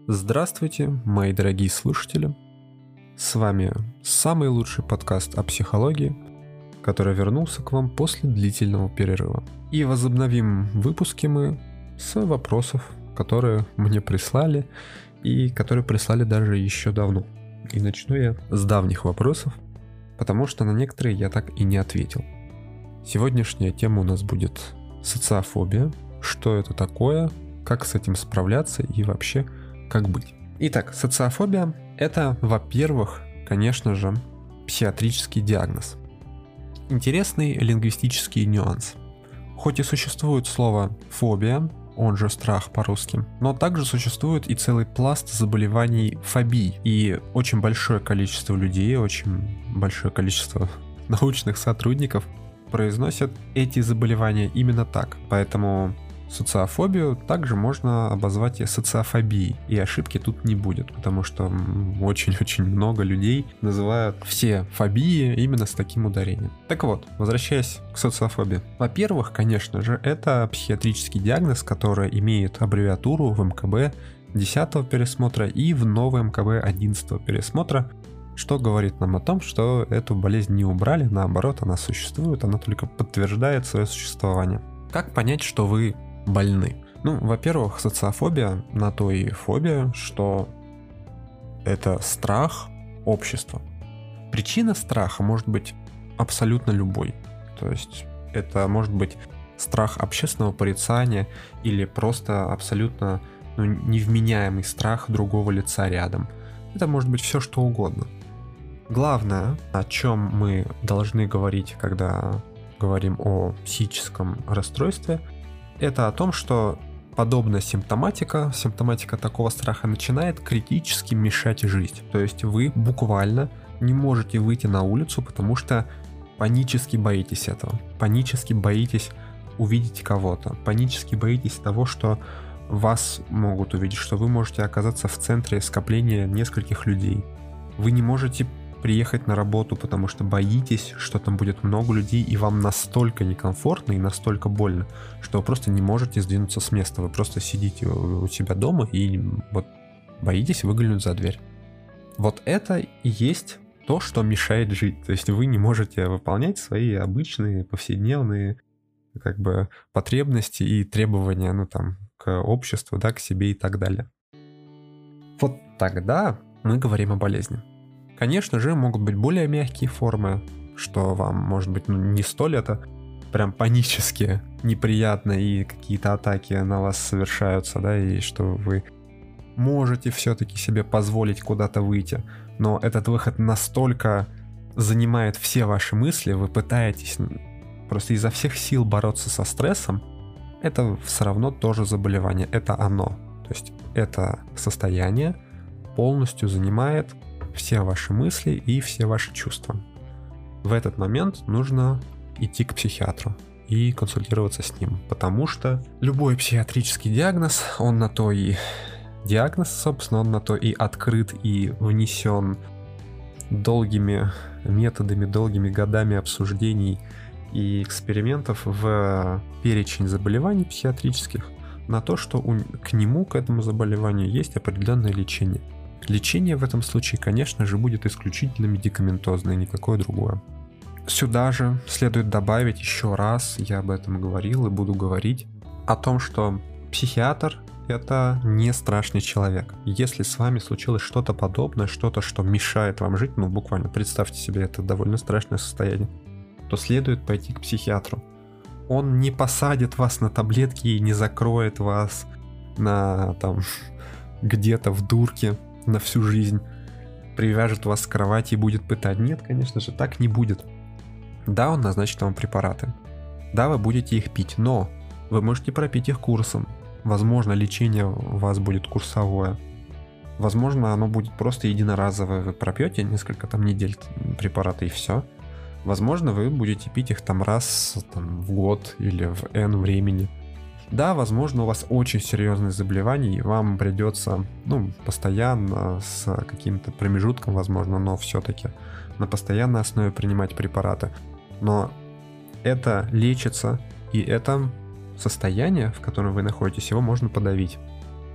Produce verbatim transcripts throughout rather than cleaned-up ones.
Здравствуйте, мои дорогие слушатели. С вами самый лучший подкаст о психологии, который вернулся к вам после длительного перерыва. И возобновим выпуски мы с вопросов, которые мне прислали и которые прислали даже еще давно. И начну я с давних вопросов, потому что на некоторые я так и не ответил. Сегодняшняя тема у нас будет социофобия, что это такое, как с этим справляться и вообще как быть. Итак, социофобия – это, во-первых, конечно же, психиатрический диагноз. Интересный лингвистический нюанс. Хоть и существует слово «фобия», он же страх по-русски, но также существует и целый пласт заболеваний фобий. И очень большое количество людей, очень большое количество научных сотрудников произносят эти заболевания именно так. Поэтому социофобию также можно обозвать и социофобией, и ошибки тут не будет, потому что очень-очень много людей называют все фобии именно с таким ударением. Так вот, возвращаясь к социофобии. Во-первых, конечно же, это психиатрический диагноз, который имеет аббревиатуру в эм ка бэ десятого пересмотра и в новой эм ка бэ одиннадцатого пересмотра, что говорит нам о том, что эту болезнь не убрали, наоборот, она существует, она только подтверждает свое существование. Как понять, что вы больны? Ну, во-первых, социофобия на то и фобия, что это страх общества. Причина страха может быть абсолютно любой. То есть это может быть страх общественного порицания или просто абсолютно ну, невменяемый страх другого лица рядом. Это может быть все что угодно. Главное, о чем мы должны говорить, когда говорим о психическом расстройстве, это о том, что подобная симптоматика, симптоматика такого страха начинает критически мешать жить. То есть вы буквально не можете выйти на улицу, потому что панически боитесь этого. Панически боитесь увидеть кого-то. Панически боитесь того, что вас могут увидеть, что вы можете оказаться в центре скопления нескольких людей. Вы не можете приехать на работу, потому что боитесь, что там будет много людей, и вам настолько некомфортно и настолько больно, что вы просто не можете сдвинуться с места. Вы просто сидите у себя дома и вот боитесь выглянуть за дверь. Вот это и есть то, что мешает жить. То есть вы не можете выполнять свои обычные повседневные как бы потребности и требования, ну там, к обществу, да, к себе и так далее. Вот тогда мы говорим о болезни. Конечно же, могут быть более мягкие формы, что вам, может быть, ну, не столь это прям панически неприятно, и какие-то атаки на вас совершаются, да, и что вы можете все-таки себе позволить куда-то выйти, но этот выход настолько занимает все ваши мысли, вы пытаетесь просто изо всех сил бороться со стрессом, это все равно тоже заболевание, это оно. То есть это состояние полностью занимает все ваши мысли и все ваши чувства. В этот момент нужно идти к психиатру и консультироваться с ним, потому что любой психиатрический диагноз, он на то и диагноз, собственно, он на то и открыт и внесен долгими методами, долгими годами обсуждений и экспериментов в перечень заболеваний психиатрических, на то, что у, к нему, к этому заболеванию есть определенное лечение. Лечение в этом случае, конечно же, будет исключительно медикаментозное, никакое другое. Сюда же следует добавить еще раз, я об этом говорил и буду говорить, о том, что психиатр – это не страшный человек. Если с вами случилось что-то подобное, что-то, что мешает вам жить, ну буквально представьте себе, это довольно страшное состояние, то следует пойти к психиатру. Он не посадит вас на таблетки и не закроет вас на там где-то в дурке на всю жизнь, привяжет вас к кровати и будет пытать. Нет, конечно же, так не будет. Да, он назначит вам препараты. Да, вы будете их пить, но вы можете пропить их курсом. Возможно, лечение у вас будет курсовое. Возможно, оно будет просто единоразовое. Вы пропьете несколько там недель препараты и все. Возможно, вы будете пить их там раз там, в год или в N времени. Да, возможно, у вас очень серьезные заболевания, и вам придется, ну, постоянно, с каким-то промежутком, возможно, но все-таки на постоянной основе принимать препараты. Но это лечится, и это состояние, в котором вы находитесь, его можно подавить.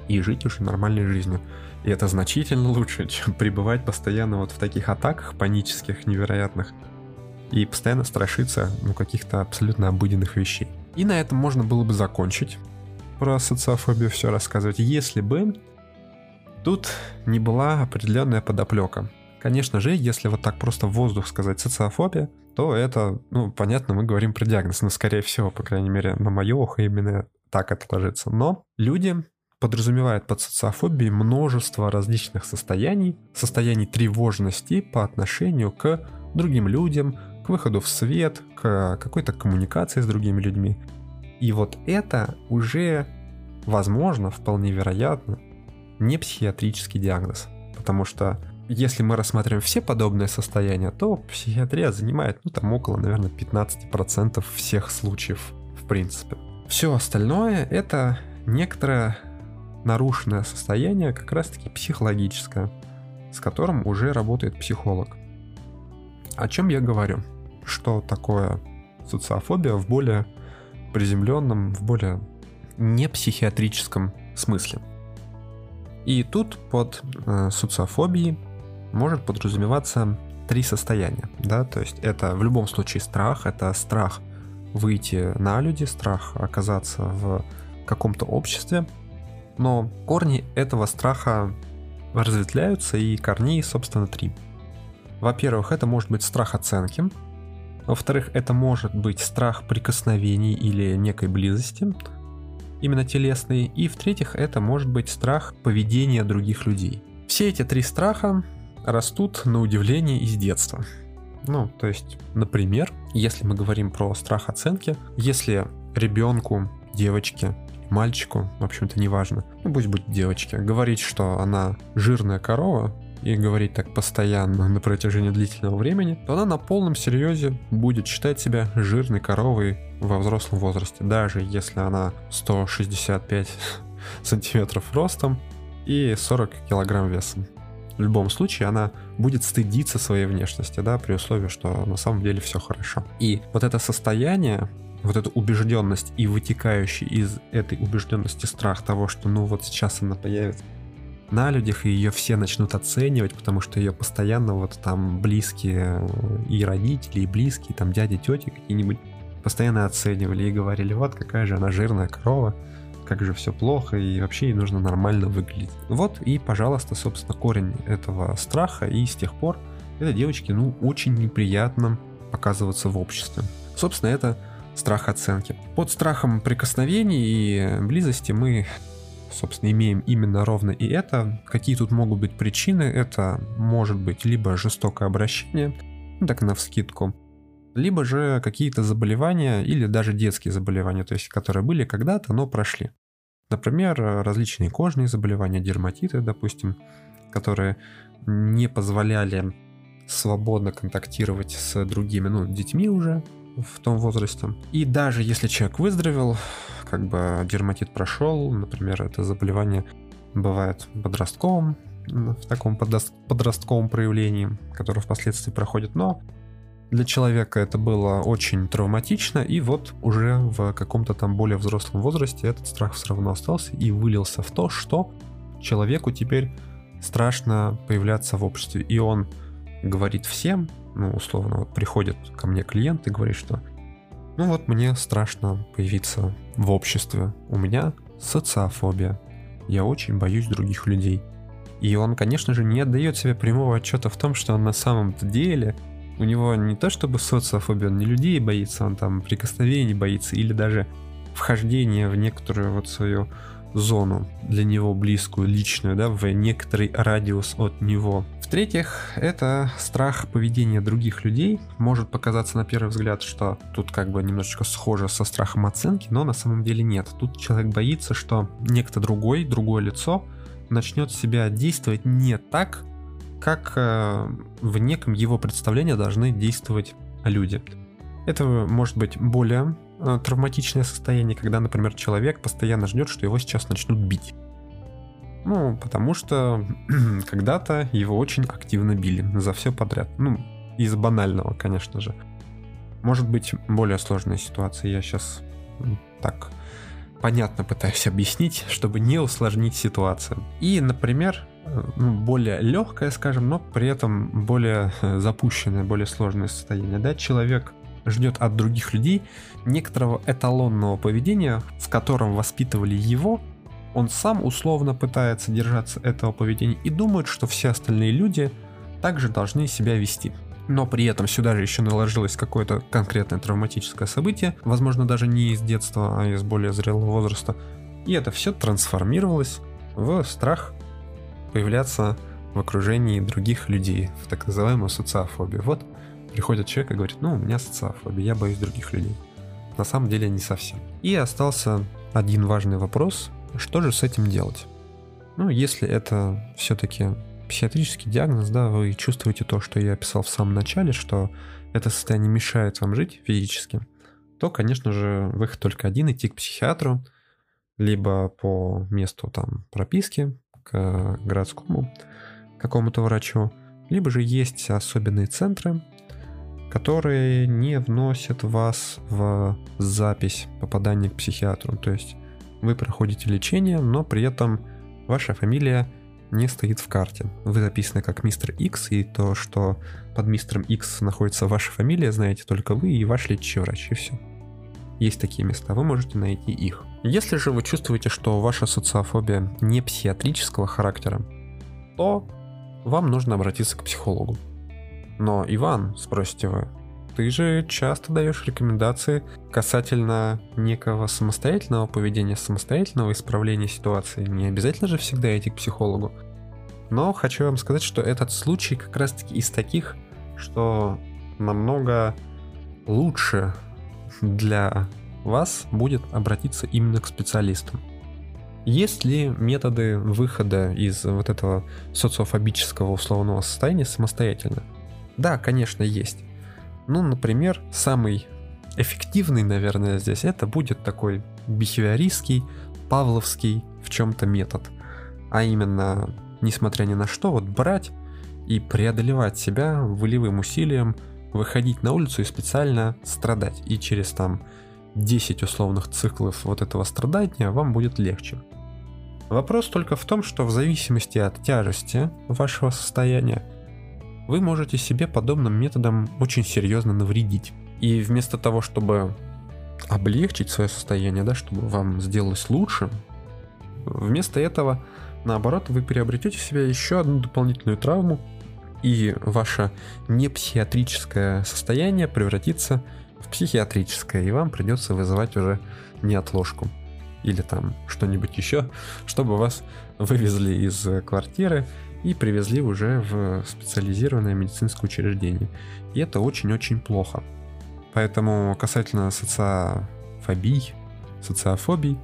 и жить уже нормальной жизнью. И это значительно лучше, чем пребывать постоянно вот в таких атаках панических, невероятных, и постоянно страшиться, ну, каких-то абсолютно обыденных вещей. И на этом можно было бы закончить про социофобию все рассказывать, если бы тут не была определенная подоплека. Конечно же, если вот так просто в воздух сказать социофобия, то это, ну, понятно, мы говорим про диагноз, но, скорее всего, по крайней мере, на мое ухо именно так это ложится. Но люди подразумевают под социофобией множество различных состояний, состояний тревожности по отношению к другим людям, к выходу в свет, к какой-то коммуникации с другими людьми. И вот это уже, возможно, вполне вероятно, не психиатрический диагноз. Потому что если мы рассматриваем все подобные состояния, то психиатрия занимает, ну, там около, наверное, пятнадцать процентов всех случаев, в принципе. Все остальное — это некоторое нарушенное состояние, как раз-таки психологическое, с которым уже работает психолог. О чем я говорю? Что такое социофобия в более приземленном, в более непсихиатрическом смысле. И тут под э, социофобией может подразумеваться три состояния, да, то есть это в любом случае страх, это страх выйти на люди, страх оказаться в каком-то обществе, но корни этого страха разветвляются, и корней, собственно, три. Во-первых, это может быть страх оценки, во-вторых, это может быть страх прикосновений или некой близости, именно телесной, и в-третьих, это может быть страх поведения других людей. Все эти три страха растут, на удивление, из детства. Ну, то есть, например, если мы говорим про страх оценки, если ребенку, девочке, мальчику, в общем-то, неважно, ну пусть будет девочке, говорить, что она жирная корова, и говорить так постоянно на протяжении длительного времени, то она на полном серьезе будет считать себя жирной коровой во взрослом возрасте, даже если она сто шестьдесят пять сантиметров ростом и сорок килограмм весом. В любом случае она будет стыдиться своей внешности, да, при условии, что на самом деле все хорошо. И вот это состояние, вот эта убежденность и вытекающий из этой убежденности страх того, что ну вот сейчас она появится на людях, и ее все начнут оценивать, потому что ее постоянно вот там близкие и родители, и близкие, там дяди, тети какие-нибудь постоянно оценивали и говорили, вот какая же она жирная корова, как же все плохо, и вообще ей нужно нормально выглядеть. Вот и, пожалуйста, собственно, корень этого страха, и с тех пор этой девочке, ну, очень неприятно показываться в обществе. Собственно, это страх оценки. Под страхом прикосновений и близости мы, собственно, имеем именно ровно и это. Какие тут могут быть причины? Это может быть либо жестокое обращение, ну, так навскидку, либо же какие-то заболевания или даже детские заболевания, то есть которые были когда-то, но прошли. Например, различные кожные заболевания, дерматиты, допустим, которые не позволяли свободно контактировать с другими, ну, детьми уже в том возрасте. И даже если человек выздоровел, как бы дерматит прошел, например, это заболевание бывает подростковым, в таком подростковом проявлении, которое впоследствии проходит, но для человека это было очень травматично, и вот уже в каком-то там более взрослом возрасте этот страх все равно остался и вылился в то, что человеку теперь страшно появляться в обществе. И он говорит всем, ну, условно, вот приходит ко мне клиент и говорит, что ну вот мне страшно появиться в обществе, у меня социофобия, я очень боюсь других людей. И он, конечно же, не отдает себе прямого отчета в том, что он на самом-то деле... У него не то чтобы социофобия, он не людей боится, он там прикосновений боится или даже вхождения в некоторую вот свою зону для него близкую, личную, да, в некоторый радиус от него. В-третьих, это страх поведения других людей. Может показаться на первый взгляд, что тут как бы немножечко схоже со страхом оценки, но на самом деле нет. Тут человек боится, что некто другой, другое лицо начнет себя действовать не так, как э, в неком его представлении должны действовать люди. Это может быть более э, травматичное состояние, когда, например, человек постоянно ждет, что его сейчас начнут бить. Ну, потому что когда-то его очень активно били за все подряд. Ну, из банального, конечно же. Может быть, более сложная ситуация. Я сейчас так понятно пытаюсь объяснить, чтобы не усложнить ситуацию. И, например, ну, более легкое, скажем, но при этом более запущенное, более сложное состояние. Да? Человек ждет от других людей некоторого эталонного поведения, в котором воспитывали его. Он сам условно пытается держаться этого поведения и думает, что все остальные люди также должны себя вести. Но при этом сюда же еще наложилось какое-то конкретное травматическое событие, возможно, даже не из детства, а из более зрелого возраста. И это все трансформировалось в страх появляться в окружении других людей, в так называемую социофобию. Вот приходит человек и говорит: ну, у меня социофобия, я боюсь других людей. На самом деле не совсем. И остался один важный вопрос: что же с этим делать? Ну, если это все-таки психиатрический диагноз, да, вы чувствуете то, что я описал в самом начале, что это состояние мешает вам жить физически, то, конечно же, выход только один: идти к психиатру, либо по месту там прописки, к городскому какому-то врачу, либо же есть особенные центры, которые не вносят вас в запись попадания к психиатру. То есть вы проходите лечение, но при этом ваша фамилия не стоит в карте. Вы записаны как мистер Икс, и то, что под мистером Икс находится ваша фамилия, знаете только вы и ваш лечащий врач, и все. Есть такие места, вы можете найти их. Если же вы чувствуете, что ваша социофобия не психиатрического характера, то вам нужно обратиться к психологу. Но, Иван, спросите вы, ты же часто даешь рекомендации касательно некого самостоятельного поведения, самостоятельного исправления ситуации. Не обязательно же всегда идти к психологу. Но хочу вам сказать, что этот случай как раз-таки из таких, что намного лучше для вас будет обратиться именно к специалистам. Есть ли методы выхода из вот этого социофобического условного состояния самостоятельно? Да, конечно, есть. Ну, например, самый эффективный, наверное, здесь это будет такой бихевиористский, павловский в чем-то метод. А именно, несмотря ни на что, вот брать и преодолевать себя волевым усилием, выходить на улицу и специально страдать. И через там десять условных циклов вот этого страдания вам будет легче. Вопрос только в том, что в зависимости от тяжести вашего состояния вы можете себе подобным методом очень серьезно навредить. И вместо того, чтобы облегчить свое состояние, да, чтобы вам сделалось лучше, вместо этого, наоборот, вы приобретете в себе еще одну дополнительную травму, и ваше непсихиатрическое состояние превратится в психиатрическое, и вам придется вызывать уже неотложку или там что-нибудь еще, чтобы вас вывезли из квартиры и привезли уже в специализированное медицинское учреждение. И это очень-очень плохо. Поэтому касательно социофобий, социофобий,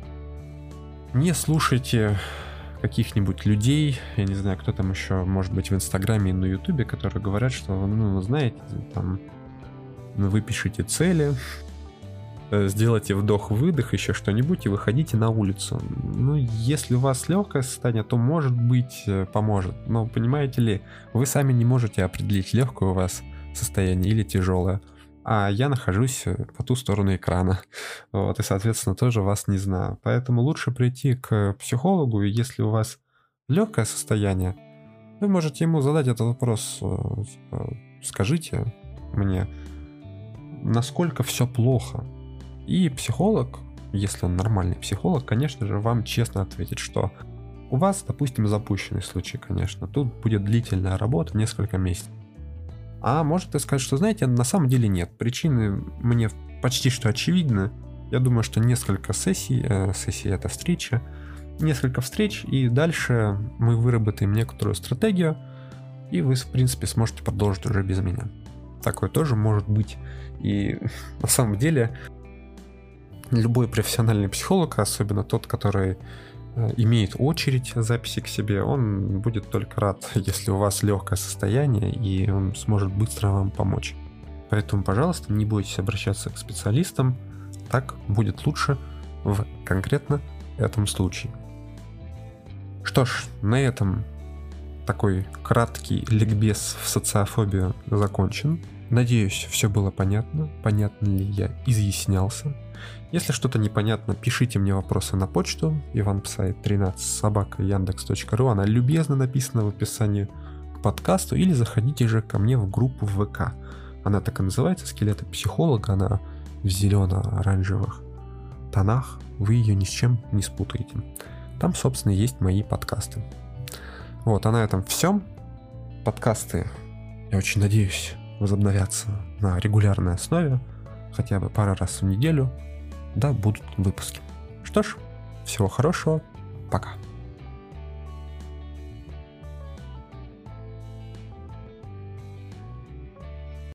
не слушайте каких-нибудь людей, я не знаю, кто там еще, может быть, в Инстаграме и на Ютубе, которые говорят, что, ну, знаете, там, вы пишите цели, сделайте вдох-выдох, еще что-нибудь, и выходите на улицу. Ну, если у вас легкое состояние, то, может быть, поможет. Но, понимаете ли, вы сами не можете определить, легкое у вас состояние или тяжелое. А я нахожусь по ту сторону экрана. Вот, и, соответственно, тоже вас не знаю. Поэтому лучше прийти к психологу, и если у вас легкое состояние, вы можете ему задать этот вопрос. Типа, скажите мне, насколько все плохо? И психолог, если он нормальный психолог, конечно же, вам честно ответит, что у вас, допустим, запущенный случай, конечно. Тут будет длительная работа, несколько месяцев. А может и сказать, что, знаете, на самом деле нет. Причины мне почти что очевидны. Я думаю, что несколько сессий, э, сессии это встреча, несколько встреч, и дальше мы выработаем некоторую стратегию, и вы, в принципе, сможете продолжить уже без меня. Такое тоже может быть. И на самом деле любой профессиональный психолог, особенно тот, который имеет очередь записи к себе, он будет только рад, если у вас легкое состояние, и он сможет быстро вам помочь. Поэтому, пожалуйста, не бойтесь обращаться к специалистам, так будет лучше в конкретно этом случае. Что ж, на этом такой краткий ликбез в социофобию закончен. Надеюсь, все было понятно, понятно ли я изъяснялся. Если что-то непонятно, пишите мне вопросы на почту иванпсай тринадцать собака яндекс точка ру. Она любезно написана в описании к подкасту. Или заходите же ко мне в группу в ВК. Она так и называется, «Скелеты психолога». Она в зелено-оранжевых тонах. Вы ее ни с чем не спутаете. Там, собственно, есть мои подкасты. Вот, а на этом все. Подкасты, я очень надеюсь, возобновятся на регулярной основе. Хотя бы пару раз в неделю. Да, будут выпуски. Что ж, всего хорошего. Пока.